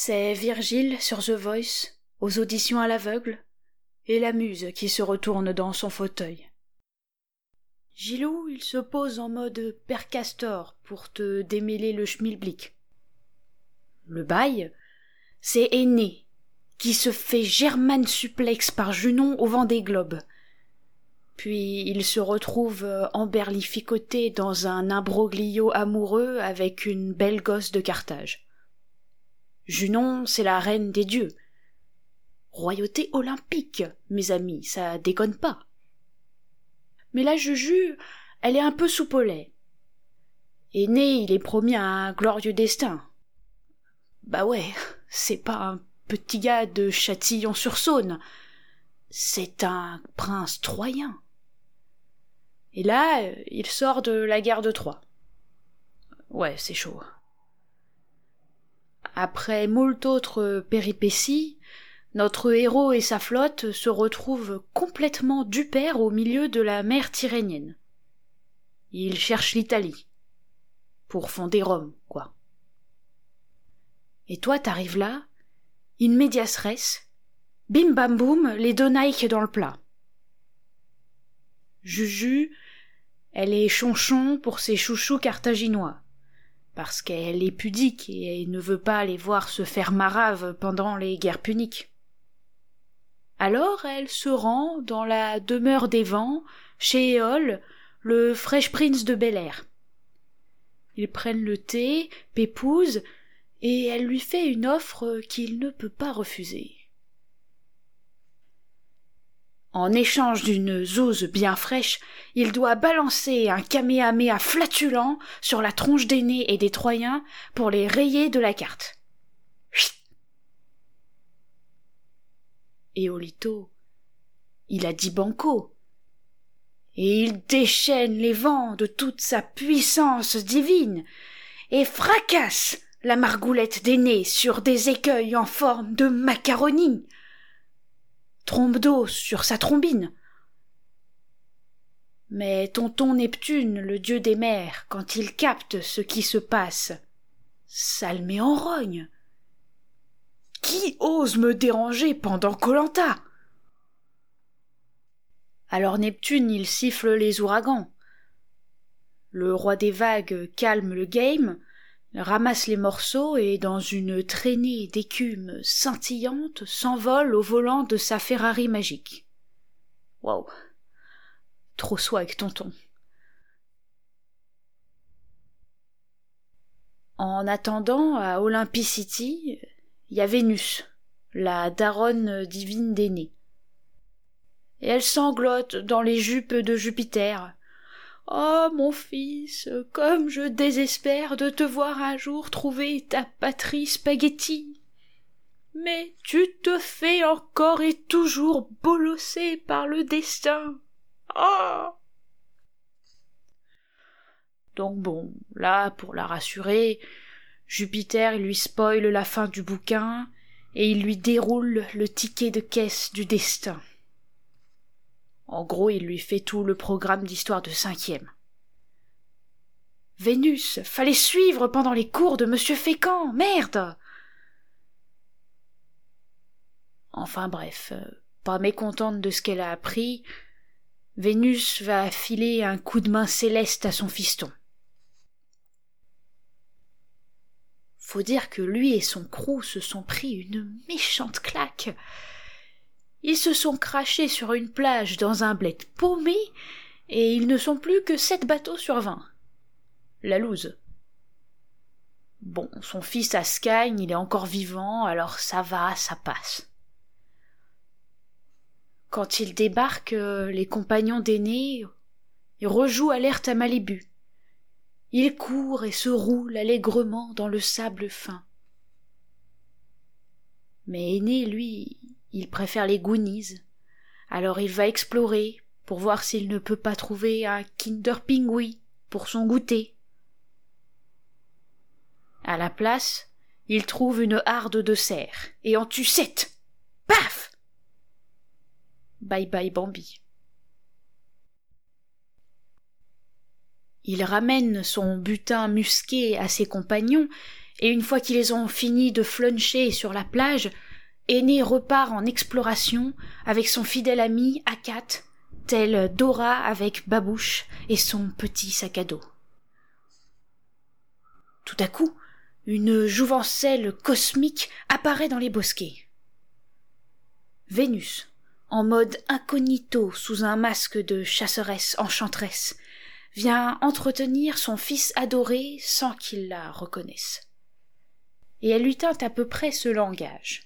C'est Virgile sur The Voice, aux auditions à l'aveugle, et la muse qui se retourne dans son fauteuil. Gilou, il se pose en mode père Castor pour te démêler le schmilblick. Le bail, c'est Aîné, qui se fait German suplex par Junon au vent des globes. Puis il se retrouve emberlificoté dans un imbroglio amoureux avec une belle gosse de Carthage. Junon, c'est la reine des dieux. Royauté olympique, mes amis, ça déconne pas. Mais la Juju, elle est un peu soupe au lait. Aîné, il est promis à un glorieux destin. Bah ouais, c'est pas un petit gars de Châtillon-sur-Saône, c'est un prince troyen. Et là, il sort de la guerre de Troie. Ouais, c'est chaud. Après moult autres péripéties, notre héros et sa flotte se retrouvent complètement dupères au milieu de la mer Tyrrhénienne. Ils cherchent l'Italie. Pour fonder Rome, quoi. Et toi, t'arrives là, in medias res, bim bam boum, les deux Nike dans le plat. Juju, elle est chonchon pour ses chouchous carthaginois, parce qu'elle est pudique et ne veut pas les voir se faire marave pendant les guerres puniques. Alors elle se rend dans la demeure des vents, chez Éole, le Fresh Prince de Bel-Air. Ils prennent le thé, pépousent, et elle lui fait une offre qu'il ne peut pas refuser. En échange d'une zouze bien fraîche, il doit balancer un kamehaméha flatulent sur la tronche d'Aîné et des Troyens pour les rayer de la carte. Éolito, il a dit banco, et il déchaîne les vents de toute sa puissance divine, et fracasse la margoulette d'Aîné sur des écueils en forme de macaroni, trompe d'eau sur sa trombine. Mais tonton Neptune, le dieu des mers, quand il capte ce qui se passe, ça le met en rogne. Qui ose me déranger pendant Koh-Lanta? Alors Neptune, il siffle les ouragans. Le roi des vagues calme le game, ramasse les morceaux et, dans une traînée d'écume scintillante, s'envole au volant de sa Ferrari magique. Waouh! Trop swag, tonton. En attendant, à Olympicity, il y a Vénus, la daronne divine d'Aîné. Et elle sanglote dans les jupes de Jupiter. « Oh, mon fils, comme je désespère de te voir un jour trouver ta patrie spaghetti. Mais tu te fais encore et toujours bolosser par le destin. Oh !» Donc bon, là, pour la rassurer, Jupiter il lui spoile la fin du bouquin et il lui déroule le ticket de caisse du destin. En gros, il lui fait tout le programme d'histoire de 5e. Vénus, fallait suivre pendant les cours de Monsieur Fécamp, merde! Enfin bref, pas mécontente de ce qu'elle a appris, Vénus va filer un coup de main céleste à son fiston. Faut dire que lui et son crew se sont pris une méchante claque. Ils se sont crachés sur une plage dans un bled paumé et ils ne sont plus que 7 bateaux sur 20. La loose. Bon, son fils Ascagne, il est encore vivant, alors ça va, ça passe. Quand ils débarquent, les compagnons d'Aîné, ils rejouent alerte à Malibu. Ils courent et se roulent allègrement dans le sable fin. Mais Aîné, lui, il préfère les Goonies. Alors il va explorer pour voir s'il ne peut pas trouver un Kinder Pingui pour son goûter. À la place, il trouve une harde de cerfs et en tue 7. Paf! Bye bye Bambi. Il ramène son butin musqué à ses compagnons et une fois qu'ils ont fini de fluncher sur la plage, Aîné repart en exploration avec son fidèle ami Akat, tel Dora avec Babouche et son petit sac à dos. Tout à coup, une jouvencelle cosmique apparaît dans les bosquets. Vénus, en mode incognito sous un masque de chasseresse enchanteresse, vient entretenir son fils adoré sans qu'il la reconnaisse. Et elle lui tint à peu près ce langage.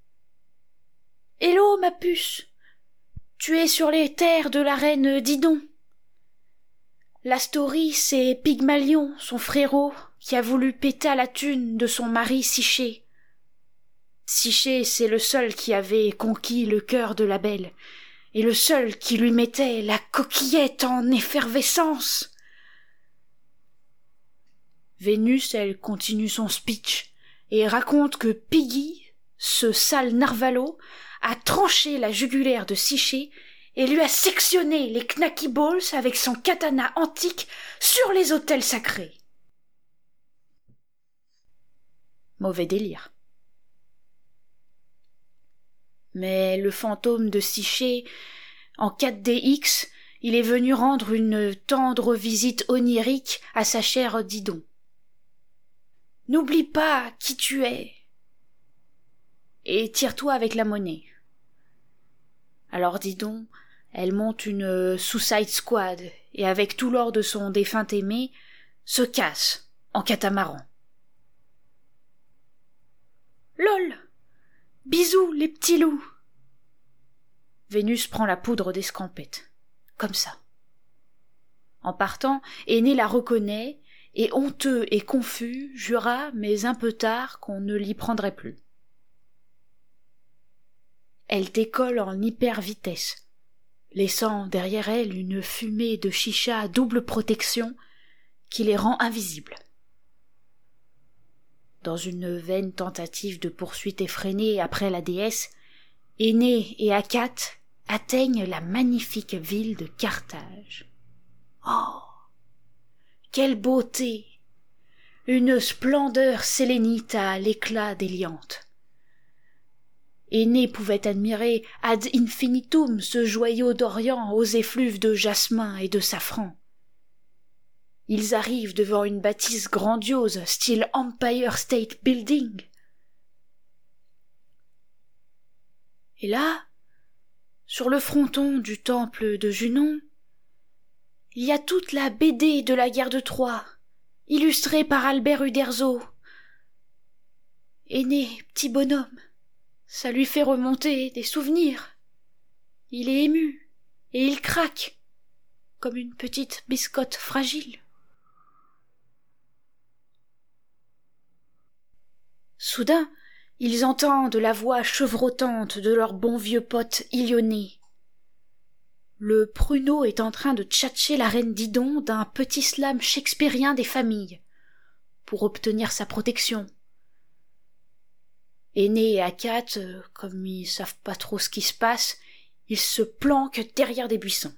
« Hello, ma puce, tu es sur les terres de la reine Didon. L'Astorie, c'est Pygmalion, son frérot, qui a voulu péter à la thune de son mari Psyché. Psyché, c'est le seul qui avait conquis le cœur de la belle, et le seul qui lui mettait la coquillette en effervescence. » Vénus, elle continue son speech, et raconte que Piggy, ce sale narvalo, a tranché la jugulaire de Psyché et lui a sectionné les knacky balls avec son katana antique sur les autels sacrés. Mauvais délire. Mais le fantôme de Psyché, en 4DX, il est venu rendre une tendre visite onirique à sa chère Didon. « N'oublie pas qui tu es et tire-toi avec la monnaie. » Alors Didon, elle monte une Suicide Squad et avec tout l'or de son défunt aimé, se casse en catamaran. Lol! Bisous, les petits loups! Vénus prend la poudre d'escampette. Comme ça. En partant, Aîné la reconnaît et, honteux et confus, jura, mais un peu tard, qu'on ne l'y prendrait plus. Elle décolle en hyper-vitesse, laissant derrière elle une fumée de chicha à double protection qui les rend invisibles. Dans une vaine tentative de poursuite effrénée après la déesse, Aîné et Akat atteignent la magnifique ville de Carthage. Oh! Quelle beauté! Une splendeur sélénite à l'éclat d'Héliante. Aîné pouvait admirer ad infinitum ce joyau d'Orient aux effluves de jasmin et de safran. Ils arrivent devant une bâtisse grandiose, style Empire State Building. Et là, sur le fronton du temple de Junon, il y a toute la BD de la guerre de Troie, illustrée par Albert Uderzo. Aîné, petit bonhomme, ça lui fait remonter des souvenirs. Il est ému, et il craque, comme une petite biscotte fragile. Soudain, ils entendent la voix chevrotante de leur bon vieux pote Ilioné. Le pruneau est en train de tchatcher la reine Didon d'un petit slam shakespearien des familles, pour obtenir sa protection. Aîné et Akat, comme ils savent pas trop ce qui se passe, ils se planquent derrière des buissons.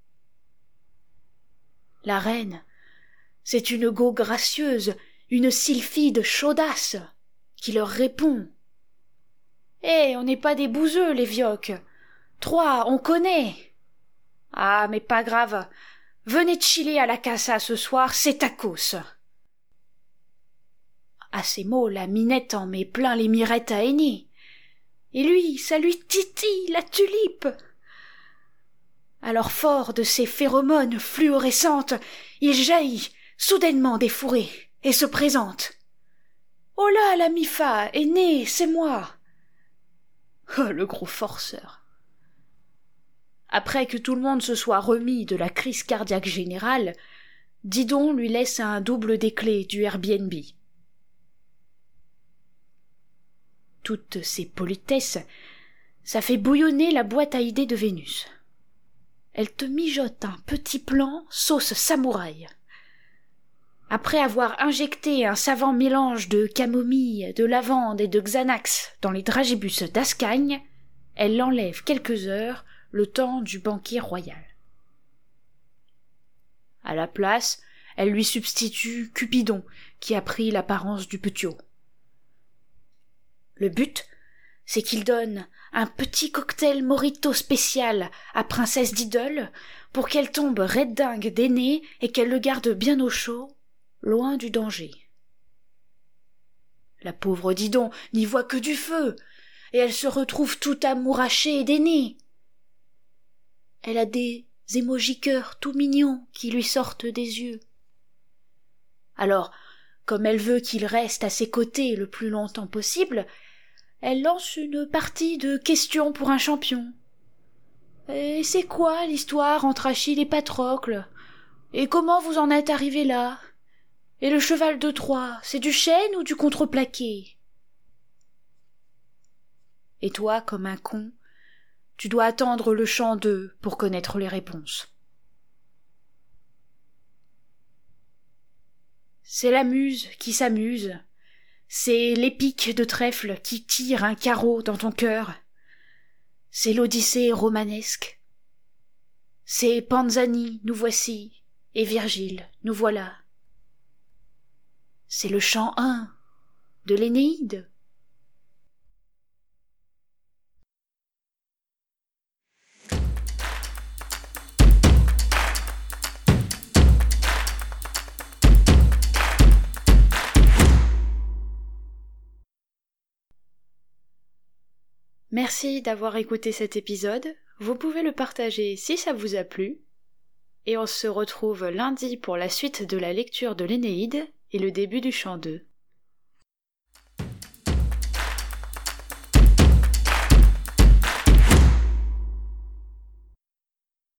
La reine, c'est une go gracieuse, une sylphide chaudasse, qui leur répond. « Eh, on n'est pas des bouseux, les vioques. Troie, on connaît. Ah, mais pas grave. Venez chiller à la casa ce soir, c'est tacos. » À ces mots, la minette en met plein les mirettes à Aîné. Et lui, ça lui titille la tulipe. Alors fort de ses phéromones fluorescentes, il jaillit, soudainement défouré, et se présente. « Oh là, la Mifa, Aîné, c'est moi !» Oh, le gros forceur. Après que tout le monde se soit remis de la crise cardiaque générale, Didon lui laisse un double des clés du Airbnb. Toutes ces politesses, ça fait bouillonner la boîte à idées de Vénus. Elle te mijote un petit plan sauce samouraï. Après avoir injecté un savant mélange de camomille, de lavande et de Xanax dans les dragibus d'Ascagne, elle l'enlève quelques heures, le temps du banquet royal. À la place, Elle lui substitue Cupidon, qui a pris l'apparence du Petiot. Le but, c'est qu'il donne un petit cocktail mojito spécial à Princesse Diddle pour qu'elle tombe raide dingue d'aîné et qu'elle le garde bien au chaud, loin du danger. La pauvre Didon n'y voit que du feu, et elle se retrouve tout amourachée d'aîné. Elle a des émojis-cœurs tout mignons qui lui sortent des yeux. Alors, comme elle veut qu'il reste à ses côtés le plus longtemps possible, elle lance une partie de questions pour un champion. Et c'est quoi l'histoire entre Achille et Patrocle? Et comment vous en êtes arrivé là? Et le cheval de Troie, c'est du chêne ou du contreplaqué? Et toi, comme un con, tu dois attendre le chant 2 pour connaître les réponses. C'est la muse qui s'amuse. C'est l'épique de trèfle qui tire un carreau dans ton cœur. C'est l'Odyssée romanesque. C'est Panzani, nous voici, et Virgile, nous voilà. C'est le chant 1 de l'Énéide. Merci d'avoir écouté cet épisode. Vous pouvez le partager si ça vous a plu. Et on se retrouve lundi pour la suite de la lecture de l'Énéide et le début du chant 2.